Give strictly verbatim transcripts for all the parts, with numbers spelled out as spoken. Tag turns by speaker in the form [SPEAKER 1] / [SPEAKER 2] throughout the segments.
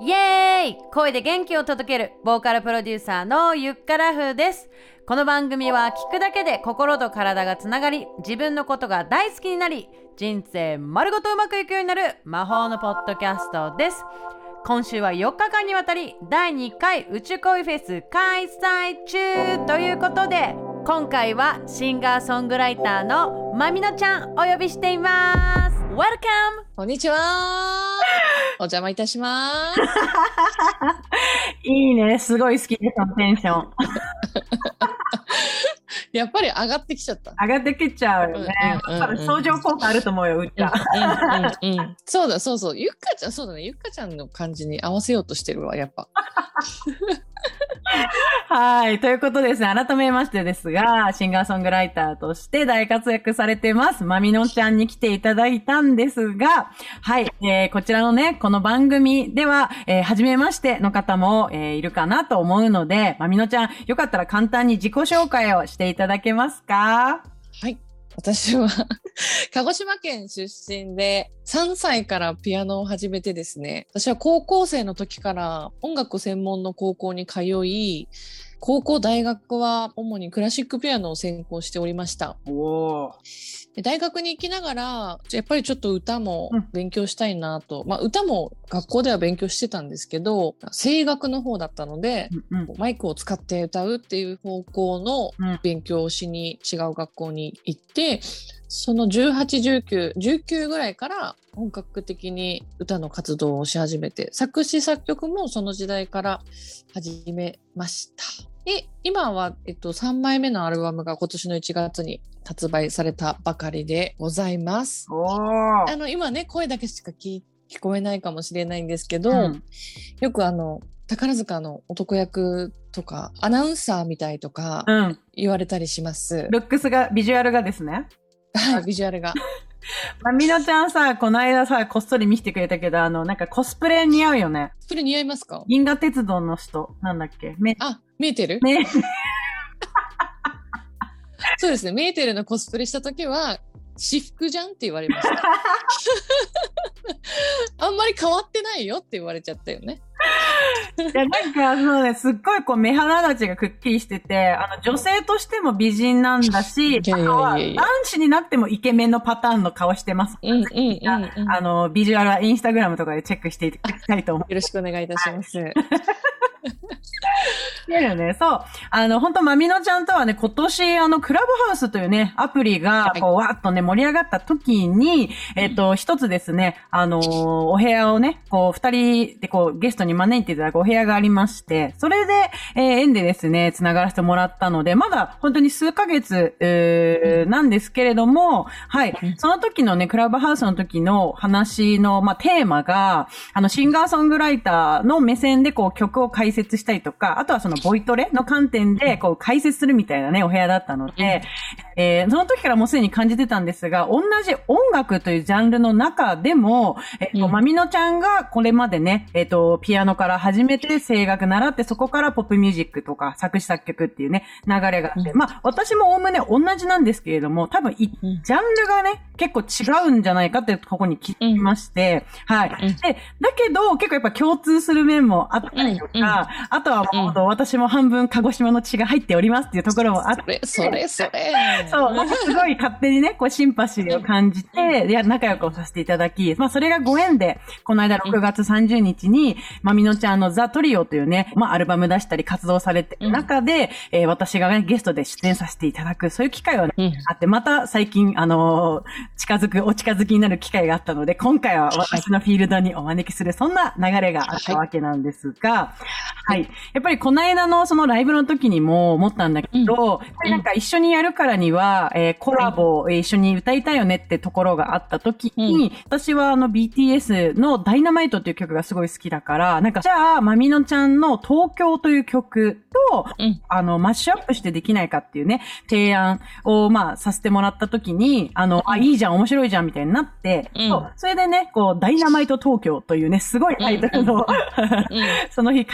[SPEAKER 1] イエーイ！声で元気を届けるボーカルプロデューサーのゆっからふです。この番組は聞くだけで心と体がつながり、自分のことが大好きになり、人生丸ごとうまくいくようになる魔法のポッドキャストです。今週はよっかかんにわたりだいにかい宇宙恋フェス開催中ということで、今回はシンガーソングライターのまみのちゃんお呼びしています。 Welcome！
[SPEAKER 2] こんにちは。お邪魔いたします。
[SPEAKER 3] いいね、すごい好きです、そのテンション。
[SPEAKER 2] やっぱり上がってきちゃった。
[SPEAKER 3] 上がってきちゃうよね。うんうんうんうん、相乗効果あると思うよ、うっちゃん。
[SPEAKER 2] うんうんうん、そうだそうそう、ゆっかちゃん、そうだね、ゆっかちゃんの感じに合わせようとしてるわ、やっぱ。
[SPEAKER 3] はい。ということですね。改めましてですが、シンガーソングライターとして大活躍されてます、まみのちゃんに来ていただいたんですが、はい。えー、こちらのね、この番組では、えー、初めましての方も、えー、いるかなと思うので、まみのちゃん、よかったら簡単に自己紹介をしていただけますか？
[SPEAKER 2] はい。私は鹿児島県出身でさんさいからピアノを始めてですね、私は高校生の時から音楽専門の高校に通い、高校大学は主にクラシックピアノを専攻しておりました。
[SPEAKER 3] おー。
[SPEAKER 2] で大学に行きながらやっぱりちょっと歌も勉強したいなと、うん、まあ歌も学校では勉強してたんですけど、声楽の方だったので、うんうん、マイクを使って歌うっていう方向の勉強をしに違う学校に行って、そのじゅうはち、じゅうきゅう、じゅうきゅうぐらいから本格的に歌の活動をし始めて、作詞作曲もその時代から始めました。で、今は、えっと、さんまいめのアルバムが今年のいちがつに発売されたばかりでございます。
[SPEAKER 3] おー。
[SPEAKER 2] あの、今ね、声だけしか 聞, 聞こえないかもしれないんですけど、うん、よくあの、宝塚の男役とか、アナウンサーみたいとか、言われたりします。
[SPEAKER 3] うん、ルックスが、ビジュアルがですね。
[SPEAKER 2] はい、ビジュアルが。
[SPEAKER 3] まみのちゃんさ、この間さ、こっそり見せてくれたけど、あの、なんかコスプレ似合うよね。
[SPEAKER 2] コスプレ似合いますか？
[SPEAKER 3] 銀河鉄道の人、なんだっけ？め
[SPEAKER 2] あ、メーテル？
[SPEAKER 3] ね。
[SPEAKER 2] そうですね、メーテルのコスプレしたときは、私服じゃんって言われました。あんまり変わってないよって言われちゃったよね。
[SPEAKER 3] いや、なんか、そうね、すっごいこう、目鼻立ちがくっきりしてて、あの、女性としても美人なんだし、あとは、男子になってもイケメンのパターンの顔してます。
[SPEAKER 2] うんうんうんうん、
[SPEAKER 3] あの、ビジュアルはインスタグラムとかでチェックしていただきたいと思う。
[SPEAKER 2] よろしくお願いいたします。
[SPEAKER 3] るね、そう。あの、本当まみのちゃんとはね、今年、あの、クラブハウスというね、アプリが、こう、わーっとね、盛り上がった時に、えっと、一つですね、あのー、お部屋をね、こう、二人でこう、ゲストに招いていただくお部屋がありまして、それで、えー、縁でですね、繋がらせてもらったので、まだ、本当に数ヶ月、えー、なんですけれども、はい。その時のね、クラブハウスの時の話の、まあ、テーマが、あの、シンガーソングライターの目線で、こう、曲を解説したりとか、あとはその、ボイトレの観点で、こう、解説するみたいなね、お部屋だったので、えー、その時からもうすでに感じてたんですが、同じ音楽というジャンルの中でも、えっと、まみのちゃんがこれまでね、えっと、ピアノから始めて声楽習って、そこからポップミュージックとか作詞作曲っていうね、流れがあって、まあ、私もおおむね同じなんですけれども、多分、ジャンルがね、結構違うんじゃないかってここに聞きまして、はい。で、だけど、結構やっぱ共通する面もあったりとか、あとはもう、私も半分鹿児島の血が入っておりますっていうところもあって、
[SPEAKER 2] それ、それ、それ。
[SPEAKER 3] そう、なんかすごい勝手にね、こう、シンパシーを感じて、いや、仲良くさせていただき、まあ、それがご縁で、この間ろくがつさんじゅうにちに、まみのちゃんのザ・トリオというね、まあ、アルバム出したり活動されてる中で、うん、えー、私がね、ゲストで出演させていただく、そういう機会が、ね、うん、あって、また最近、あのー、近づく、お近づきになる機会があったので、今回は私のフィールドにお招きする、そんな流れがあったわけなんですが、はい。はい、やっぱりこの間のそのライブの時にも思ったんだけど、うん、やっぱりなんか一緒にやるからには、えー、コラボを一緒に歌いたいよねってところがあった時に、うん、私はあの ビーティーエス のダイナマイトっていう曲がすごい好きだから、なんかじゃあ、まみのちゃんの東京という曲と、うん、あの、マッシュアップしてできないかっていうね、提案をまあさせてもらった時に、あの、うん、あ、いいじゃん、面白いじゃんみたいになって、うん、そうそれでね、こう、ダイナマイト東京というね、すごいタイトルの、うんうん、その日限りのね、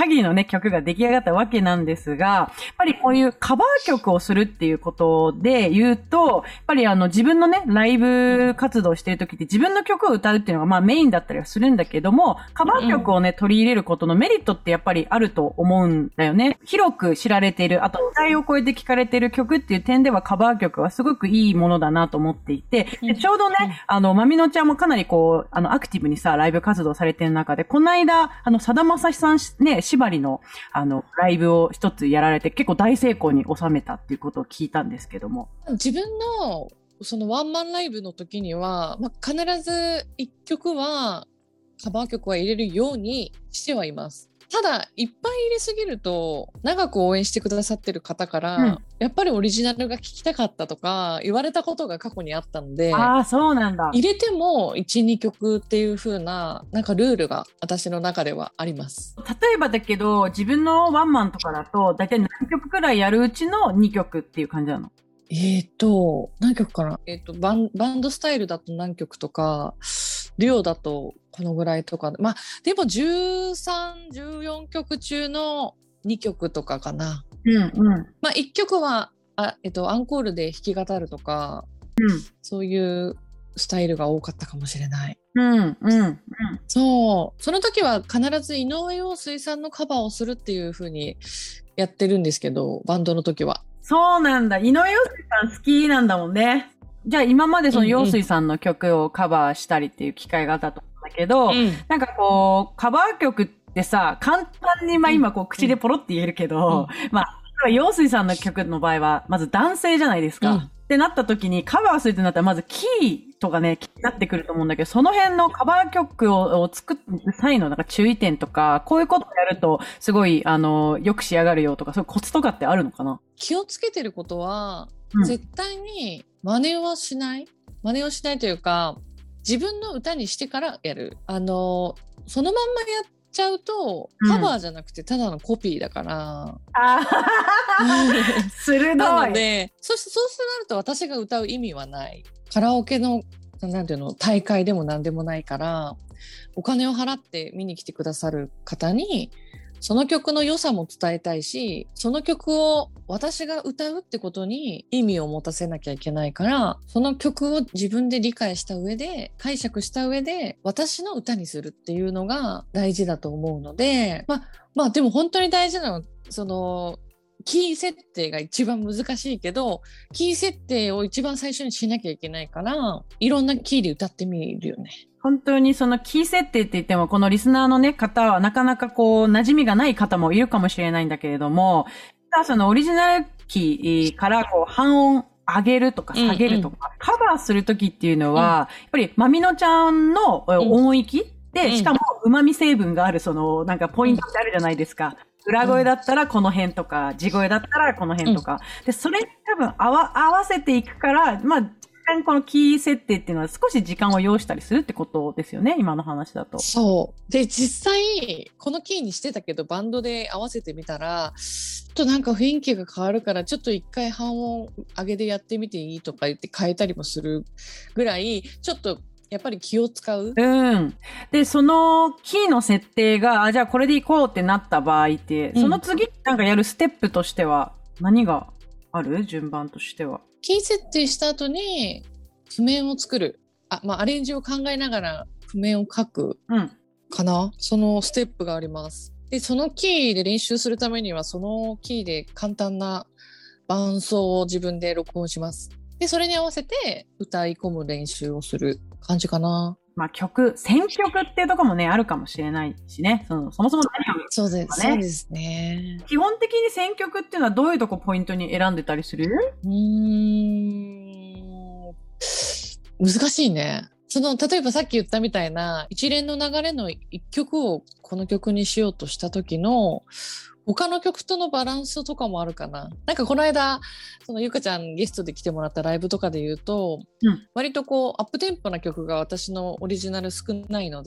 [SPEAKER 3] 曲が出来上がったわけなんですが、やっぱりこういうカバー曲をするっていうことで言うと、やっぱりあの自分のね、ライブ活動してる時って自分の曲を歌うっていうのがまあメインだったりはするんだけども、カバー曲をね、取り入れることのメリットってやっぱりあると思うんだよね。広く知られている、あと時代を超えて聴かれている曲っていう点ではカバー曲はすごくいいものだなと思っていて、でちょうどね、あの、まみのちゃんもかなりこう、あの、アクティブにさ、ライブ活動されてる中で、この間、あの、さだまさしさんね、縛りの、あの、ライブを一つやられて、結構大成功に収めたっていうことを聞いたんですけども。
[SPEAKER 2] 自分の、そのワンマンライブの時には、まあ、必ず一曲は、カバー曲は入れるようにしてはいます。ただいっぱい入れすぎると長く応援してくださってる方から、うん、やっぱりオリジナルが聴きたかったとか言われたことが過去にあったので、
[SPEAKER 3] ああそうなんだ、
[SPEAKER 2] 入れても いち,に 曲っていう風ななんかルールが私の中ではあります。
[SPEAKER 3] 例えばだけど自分のワンマンとかだとだいたい何曲くらいやるうちのにきょくっていう感じなの？
[SPEAKER 2] えーと何曲かな、えーとバン、バンドスタイルだと何曲とか、デュオだとこのぐらいとか、まあでもじゅうさん、じゅうよんきょく中のにきょくとかかな。
[SPEAKER 3] うんうん。
[SPEAKER 2] まあいっきょくはあ、えっと、アンコールで弾き語るとか、
[SPEAKER 3] うん、そう
[SPEAKER 2] いうスタイルが多かったかもしれない。
[SPEAKER 3] うんうんうん。
[SPEAKER 2] そう。その時は必ず井上陽水さんのカバーをするっていう風にやってるんですけど、バンドの時は。
[SPEAKER 3] そうなんだ。井上陽水さん好きなんだもんね。じゃあ今までその陽水さんの曲をカバーしたりっていう機会があったと思うんだけど、うん、なんかこう、カバー曲ってさ、簡単にまあ今こう口でポロって言えるけど、うん、まあ、陽水さんの曲の場合は、まず男性じゃないですか。うん、ってなった時にカバーするってなったらまずキーとかね、気になってくると思うんだけど、その辺のカバー曲を、を作る際のなんか注意点とか、こういうことをやるとすごい、あの、よく仕上がるよとか、そういうコツとかってあるのかな？
[SPEAKER 2] 気をつけてることは、うん、絶対に真似はしない。真似をしないというか、自分の歌にしてからやる。あの、そのまんまやっちゃうと、カバーじゃなくてただのコピーだから。うん、
[SPEAKER 3] あ鋭い。
[SPEAKER 2] なので、そしてそうなると私が歌う意味はない。カラオケの、なんていうの、大会でも何でもないから、お金を払って見に来てくださる方に、その曲の良さも伝えたいし、その曲を私が歌うってことに意味を持たせなきゃいけないから、その曲を自分で理解した上で、解釈した上で、私の歌にするっていうのが大事だと思うので、まあ、まあでも本当に大事なのは、その、キー設定が一番難しいけど、キー設定を一番最初にしなきゃいけないから、いろんなキーで歌ってみるよね。
[SPEAKER 3] 本当にそのキー設定って言っても、このリスナーのね、方はなかなかこう、馴染みがない方もいるかもしれないんだけれども、ただそのオリジナルキーからこう、半音上げるとか下げるとか、うんうん、カバーするときっていうのは、うん、やっぱりまみのちゃんの音域、うん、で、しかも旨味成分があるその、なんかポイントってあるじゃないですか。裏声だったらこの辺とか、地声だったらこの辺とか。うん、で、それ多分合わ、合わせていくから、まあ、このキー設定っていうのは少し時間を要したりするってことですよね、今の話だと。
[SPEAKER 2] そう。で、実際、このキーにしてたけど、バンドで合わせてみたら、ちょっとなんか雰囲気が変わるから、ちょっと一回半音上げでやってみていいとか言って変えたりもするぐらい、ちょっと、やっぱり気を使う。
[SPEAKER 3] うん。で、そのキーの設定が、あ、じゃあこれでいこうってなった場合って、その次なんかやるステップとしては何がある？順番としては。
[SPEAKER 2] キー設定した後に譜面を作る。あ、まあアレンジを考えながら譜面を書くかな、うん、そのステップがあります。で、そのキーで練習するためには、そのキーで簡単な伴奏を自分で録音します。で、それに合わせて歌い込む練習をする感じかな。
[SPEAKER 3] まあ曲、選曲っていうところもね、あるかもしれないしね。そのそもそも何を、ね、
[SPEAKER 2] そうです。そうですね。
[SPEAKER 3] 基本的に選曲っていうのはどういうとこポイントに選んでたりする？
[SPEAKER 2] うーん。難しいね。その、例えばさっき言ったみたいな一連の流れの一曲をこの曲にしようとした時の他の曲とのバランスとかもあるかな。なんかこの間、そのゆかちゃんゲストで来てもらったライブとかで言うと、うん、割とこうアップテンポな曲が私のオリジナル少ないので、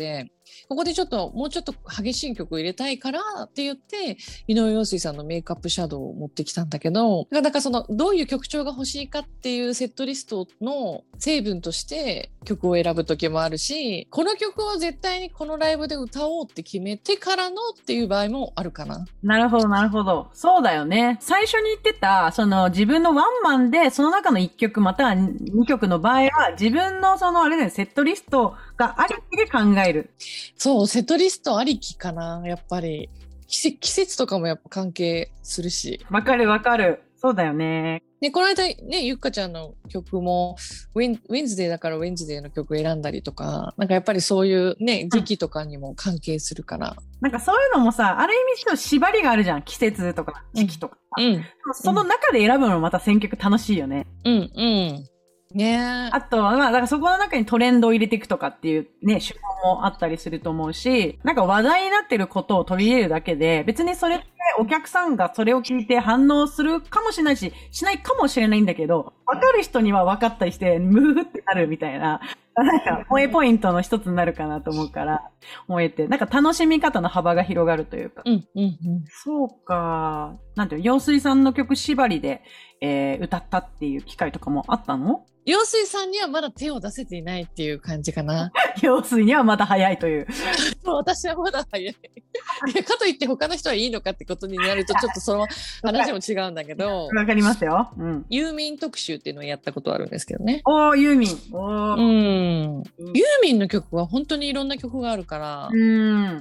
[SPEAKER 2] ここでちょっともうちょっと激しい曲を入れたいからって言って井上陽水さんのメイクアップシャドウを持ってきたんだけど、だからそのどういう曲調が欲しいかっていうセットリストの成分として曲を選ぶ時もあるし、この曲を絶対にこのライブで歌おうって決めてからのっていう場合もあるかな。
[SPEAKER 3] なるほどなるほど。そうだよね。最初に言ってたその自分のワンマンでその中のいっきょくまたはにきょくの場合は自分のそのあれだよね、セットリストがありきで考える。
[SPEAKER 2] そう、セットリストありきかな、やっぱり。季節とかもやっぱ関係するし。
[SPEAKER 3] わかるわかる。そうだよね。
[SPEAKER 2] ね、この間ね、ゆっかちゃんの曲もウィン、ウィンズデーだからウィンズデーの曲選んだりとか、なんかやっぱりそういうね、時期とかにも関係するから。
[SPEAKER 3] なんかそういうのもさ、ある意味ちょっと縛りがあるじゃん。季節とか時期とか。
[SPEAKER 2] うん。
[SPEAKER 3] その中で選ぶのもまた選曲楽しいよね。
[SPEAKER 2] うん、うん。ねえ。
[SPEAKER 3] あとは、まあ、だからそこの中にトレンドを入れていくとかっていうね、手法もあったりすると思うし、なんか話題になってることを取り入れるだけで、別にそれってお客さんがそれを聞いて反応するかもしれないし、しないかもしれないんだけど、わかる人には分かったりして、ムーってなるみたいな、なんか、萌えポイントの一つになるかなと思うから、萌えって、なんか楽しみ方の幅が広がるというか。
[SPEAKER 2] うん、うん、うん。
[SPEAKER 3] そうか。なんていうの、陽水さんの曲縛りで、えー、歌ったっていう機会とかもあったの？
[SPEAKER 2] 陽水さんにはまだ手を出せていないっていう感じかな。
[SPEAKER 3] 陽水にはまだ早いという。
[SPEAKER 2] そう、私はまだ早い。かといって他の人はいいのかってことになるとちょっとその話も違うんだけど。
[SPEAKER 3] わかりますよ。うん。
[SPEAKER 2] ユーミン特集っていうのをやったことあるんですけどね。
[SPEAKER 3] おー、ユーミン。おー。うん。
[SPEAKER 2] ユーミンの曲は本当にいろんな曲があるから、
[SPEAKER 3] うん。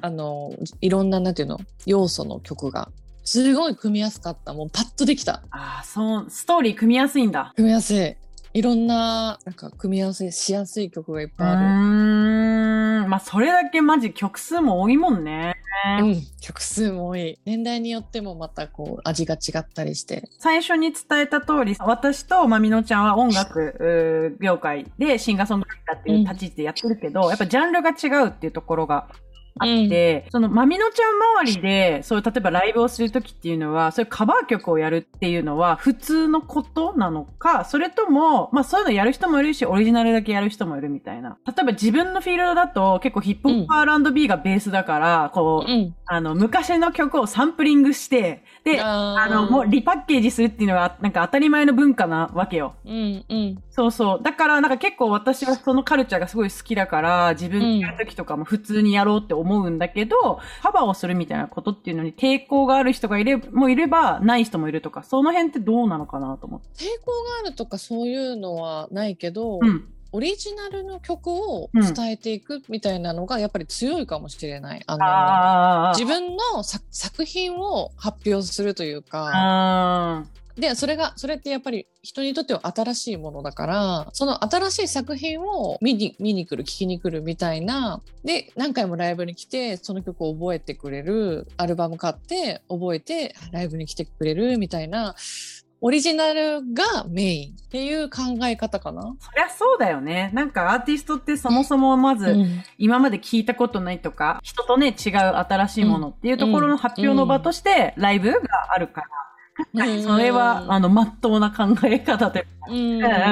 [SPEAKER 2] あの、いろんな、なんていうの、要素の曲が。すごい組みやすかった。もうパッとできた。
[SPEAKER 3] ああ、そう、ストーリー組みやすいんだ。
[SPEAKER 2] 組みやすい。いろんな、なんか、組み合わせしやすい曲がいっぱいある。
[SPEAKER 3] うーん。まあ、それだけマジ曲数も多いもんね。
[SPEAKER 2] うん。曲数も多い。年代によってもまたこう、味が違ったりして。
[SPEAKER 3] 最初に伝えた通り、私とまみのちゃんは音楽業界でシンガーソングライターっていう立ち位置でやってるけど、うん、やっぱジャンルが違うっていうところがあって、うん、そのまみのちゃん周りで、そういう例えばライブをするときっていうのは、そういうカバー曲をやるっていうのは普通のことなのか、それとも、まあそういうのやる人もいるし、オリジナルだけやる人もいるみたいな。例えば自分のフィールドだと結構ヒップホップ アールアンドビー がベースだから、こう、うん、あの、昔の曲をサンプリングして、で、あ, あの、もうリパッケージするっていうのが、なんか当たり前の文化なわけよ。
[SPEAKER 2] うんうん。
[SPEAKER 3] そうそう。だから、なんか結構私はそのカルチャーがすごい好きだから、自分でやるときとかも普通にやろうって思うんだけど、カバーをするみたいなことっていうのに抵抗がある人がいれもいれば、ない人もいるとか、その辺ってどうなのかなと思って。
[SPEAKER 2] 抵抗があるとかそういうのはないけど、
[SPEAKER 3] うん、
[SPEAKER 2] オリジナルの曲を伝えていくみたいなのがやっぱり強いかもしれない。あの、
[SPEAKER 3] あ
[SPEAKER 2] 自分の作品を発表するというか、
[SPEAKER 3] あ
[SPEAKER 2] で、それが、それってやっぱり人にとっては新しいものだから、その新しい作品を見に、見に来る、聴きに来るみたいな、で、何回もライブに来て、その曲を覚えてくれる、アルバム買って、覚えて、ライブに来てくれるみたいな、オリジナルがメインっていう考え方かな。
[SPEAKER 3] そりゃそうだよね。なんかアーティストってそもそもまず、今まで聞いたことないとか、人とね、違う新しいものっていうところの発表の場として、ライブがあるから。それは、あの、真っ当な考え方で、うん、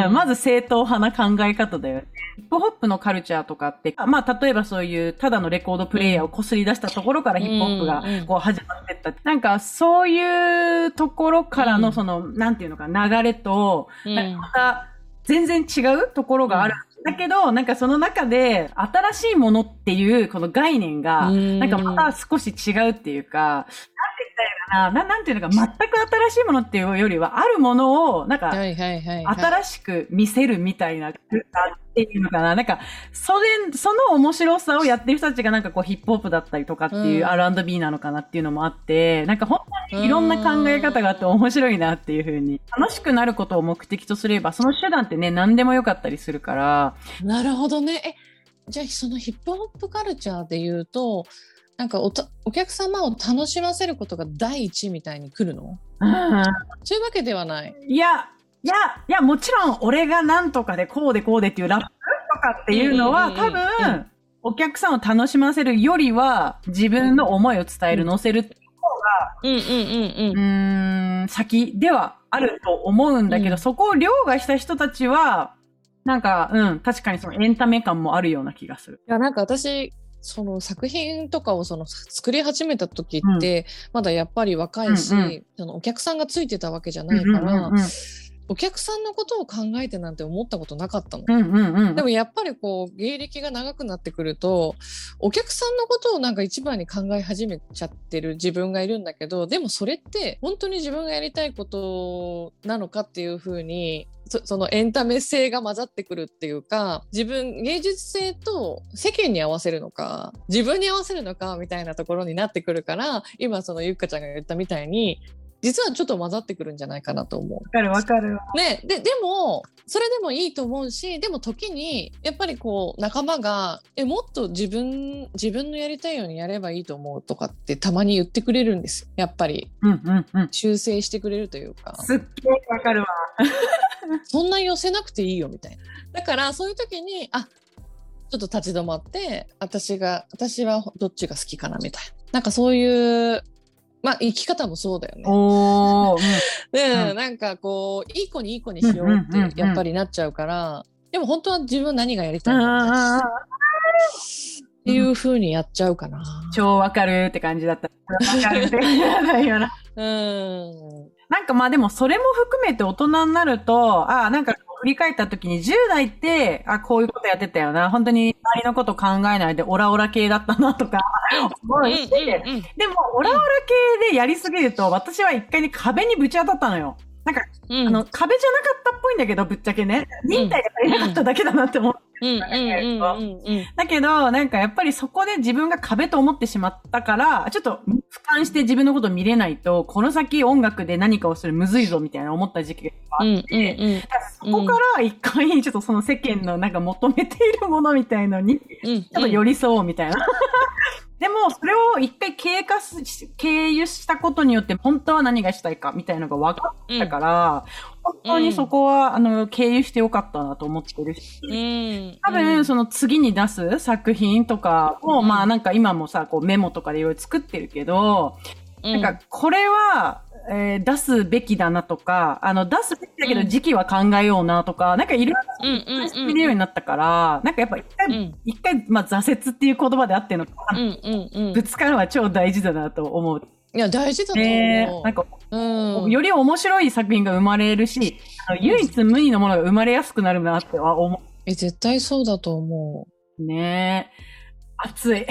[SPEAKER 3] まず正統派な考え方だよね。ヒップホップのカルチャーとかって、まあ、例えばそういう、ただのレコードプレイヤーをこすり出したところからヒップホップが、こう、始まってった。なんか、そういうところからの、その、うん、なんていうのか、流れと、なんかまた、全然違うところがある。うん、だけど、なんかその中で、新しいものっていう、この概念が、なんかまた少し違うっていうか、な, な, なんていうのか、全く新しいものっていうよりは、あるものを、なんか、はいはいはいはい、新しく見せるみたいな、っていうのかな。なんか、それ、その面白さをやってる人たちがなんかこうヒップホップだったりとかっていう アールアンドビー なのかなっていうのもあって、なんか本当にいろんな考え方があって面白いなっていう風に。楽しくなることを目的とすれば、その手段ってね、何でもよかったりするから。
[SPEAKER 2] なるほどね。え、じゃあそのヒップホップカルチャーで言うと、なんか お, お客様を楽しませることが第一みたいに来るの？うん、そういうわけではない。
[SPEAKER 3] いや、いや、いや、もちろん俺がなんとかでこうでこうでっていうラップとかっていうのは、多分、お客さんを楽しませるよりは、自分の思いを伝える、乗せるっていう方が、
[SPEAKER 2] うんうんうんうん。
[SPEAKER 3] うーん、先ではあると思うんだけど、うん、そこを凌駕した人たちは、なんか、うん、確かにそのエンタメ感もあるような気がする。
[SPEAKER 2] いや、なんか私、 その作品とかをその作り始めた時って、うん、まだやっぱり若いし、うんうん、そのお客さんがついてたわけじゃないから、うんうんうん、お客さんのことを考えてなんて思ったことなかったの、うんうんうん、でもやっぱりこう芸歴が長くなってくるとお客さんのことをなんか一番に考え始めちゃってる自分がいるんだけど、でもそれって本当に自分がやりたいことなのかっていう風に そ, そのエンタメ性が混ざってくるっていうか、自分芸術性と世間に合わせるのか自分に合わせるのかみたいなところになってくるから、今そのゆっかちゃんが言ったみたいに実はちょっと混ざってくるんじゃないかなと思う。わ
[SPEAKER 3] かるわかる。
[SPEAKER 2] ね、で、でも、それでもいいと思うし、でも時に、やっぱりこう、仲間が、え、もっと自分、自分のやりたいようにやればいいと思うとかってたまに言ってくれるんです。やっぱり。
[SPEAKER 3] うんうんうん。
[SPEAKER 2] 修正してくれるというか。
[SPEAKER 3] すっげえわかるわ。
[SPEAKER 2] そんな寄せなくていいよみたいな。だから、そういう時に、あ、ちょっと立ち止まって、私が、私はどっちが好きかなみたいな。なんかそういう、まあ生き方もそうだよね。
[SPEAKER 3] おー、
[SPEAKER 2] で、うん、なんかこういい子にいい子にしようってやっぱりなっちゃうから、うんうんうん、でも本当は自分は何がやりたいのっていう風にやっちゃうかな。
[SPEAKER 3] 超わかるって感じだった。わかるって感じだったよな。
[SPEAKER 2] うん。
[SPEAKER 3] なんかまあでもそれも含めて大人になると、ああなんか振り返った時にじゅう代って、あこういうことやってたよな。本当に周りのこと考えないでオラオラ系だったなとか思うし、でもオラオラ系でやりすぎると私は一回に壁にぶち当たったのよ。なんか、うん、あの壁じゃなかったっぽいんだけどぶっちゃけね。忍耐が足りなかっただけだなって思って。だけど、なんかやっぱりそこで自分が壁と思ってしまったから、ちょっと俯瞰して自分のことを見れないと、この先音楽で何かをするむずいぞみたいな思った時期があって、うんうんうん、そこから一回ちょっとその世間のなんか求めているものみたいのに、ちょっと寄り添おうみたいな。でも、それを一回経過し、経由したことによって、本当は何がしたいかみたいなのが分かったから、うん、本当にそこは、あの、経由してよかったなと思ってるし、うん、多分、その次に出す作品とかを、うん、まあなんか今もさ、こうメモとかでいろいろ作ってるけど、うん、なんか、これは、えー、出すべきだなとか、あの、出すべきだけど時期は考えようなとか、うん、なんかいろいろ見れるようになったから、なんかやっぱ一回、うん、一回、まあ挫折っていう言葉であってのか、うんうんうん、ぶつかるは超大事だなと思う。
[SPEAKER 2] いや、大事だと思う。
[SPEAKER 3] えー、なんか、うん、より面白い作品が生まれるし、あの唯一無二のものが生まれやすくなるなっては思う。
[SPEAKER 2] え、絶対そうだと思
[SPEAKER 3] う。ねえ。熱い。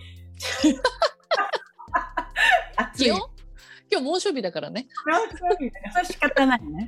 [SPEAKER 2] 熱い。今日猛暑日だからね。
[SPEAKER 3] 猛暑日だよ。仕方ないね。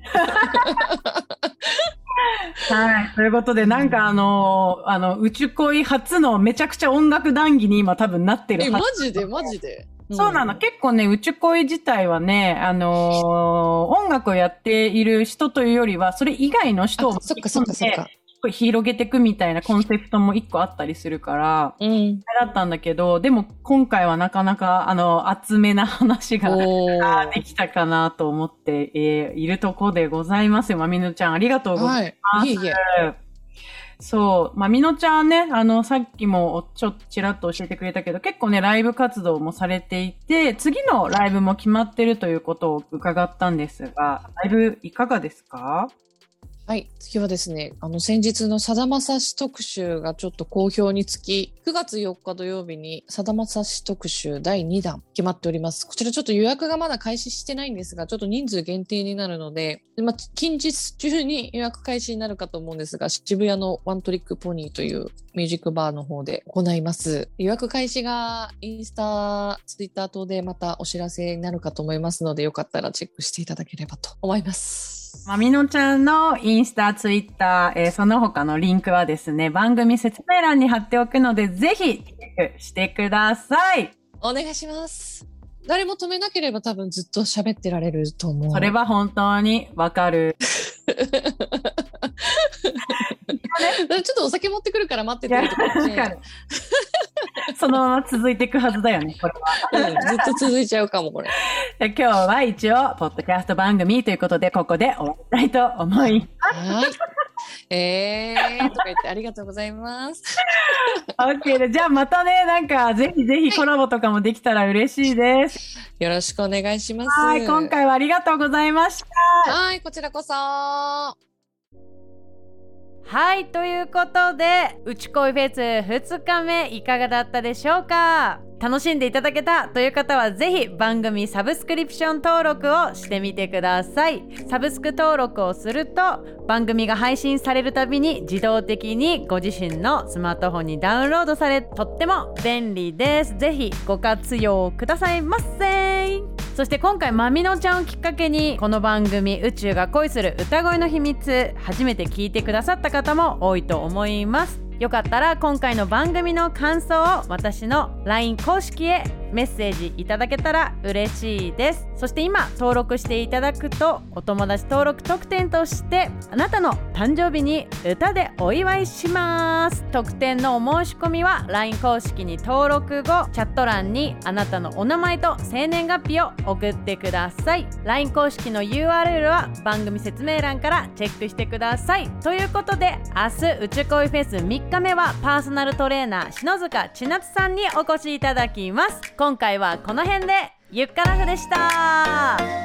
[SPEAKER 3] はい。ということで、なんかあのー、あの、宇宙恋初のめちゃくちゃ音楽談義に今多分なってるはず。
[SPEAKER 2] え、マジでマジで、
[SPEAKER 3] うん、そうなの。結構ね、宇宙恋自体はね、あのー、音楽をやっている人というよりは、それ以外の人を、
[SPEAKER 2] そっかそっかそっか。
[SPEAKER 3] 広げていくみたいなコンセプトも一個あったりするから、うん、だったんだけど、でも今回はなかなかあの厚めな話ができたかなと思って、えー、いるところでございますよ。まみのちゃんありがとうございます。はい、いえいえ。そう、まみのちゃんね、あのさっきもちょっとちらっと教えてくれたけど、結構ねライブ活動もされていて、次のライブも決まってるということを伺ったんですが、ライブいかがですか？
[SPEAKER 2] はい。次はですね、あの、先日のさだまさし特集がちょっと好評につき、くがつよっか土曜日にさだまさし特集だいにだん決まっております。こちらちょっと予約がまだ開始してないんですが、ちょっと人数限定になるので、まあ、近日中に予約開始になるかと思うんですが、渋谷のワントリックポニーというミュージックバーの方で行います。予約開始がインスタ、ツイッター等でまたお知らせになるかと思いますので、よかったらチェックしていただければと思います。
[SPEAKER 3] まみのちゃんのインスタ、ツイッター、えー、その他のリンクはですね、番組説明欄に貼っておくので、ぜひチェックしてください。
[SPEAKER 2] お願いします。誰も止めなければ多分ずっと喋ってられると思う。
[SPEAKER 3] それは本当にわかる。
[SPEAKER 2] ちょっとお酒持ってくるから待っててるとかね。
[SPEAKER 3] そのまま続いていくはずだよね、これ
[SPEAKER 2] は。うん、ずっと続いちゃうかも、これ。
[SPEAKER 3] 今日は一応、ポッドキャスト番組ということで、ここで終わりたいと思います。
[SPEAKER 2] はい。えー、とか言ってありがとうございます。
[SPEAKER 3] OK で、じゃあまたね、なんか、ぜひぜひコラボとかもできたら嬉しいです。
[SPEAKER 2] よろしくお願いします。
[SPEAKER 3] はい、今回はありがとうございました。
[SPEAKER 2] はい、こちらこそ。
[SPEAKER 1] はい、ということでうち恋フェスふつかめいかがだったでしょうか。楽しんでいただけたという方はぜひ番組サブスクリプション登録をしてみてください。サブスク登録をすると番組が配信されるたびに自動的にご自身のスマートフォンにダウンロードされ、とっても便利です。ぜひご活用くださいませ。そして今回まみのちゃんをきっかけにこの番組宇宙が恋する歌声の秘密初めて聞いてくださった方も多いと思います。よかったら今回の番組の感想を私の ライン 公式へメッセージいただけたら嬉しいです。そして今登録していただくとお友達登録特典としてあなたの誕生日に歌でお祝いします。特典のお申し込みは ライン 公式に登録後チャット欄にあなたのお名前と生年月日を送ってください。 ライン 公式の ユーアールエル は番組説明欄からチェックしてください。ということで明日うち恋フェスみっかめはパーソナルトレーナー篠塚千夏さんにお越しいただきます。今回はこの辺でゆっからふでした。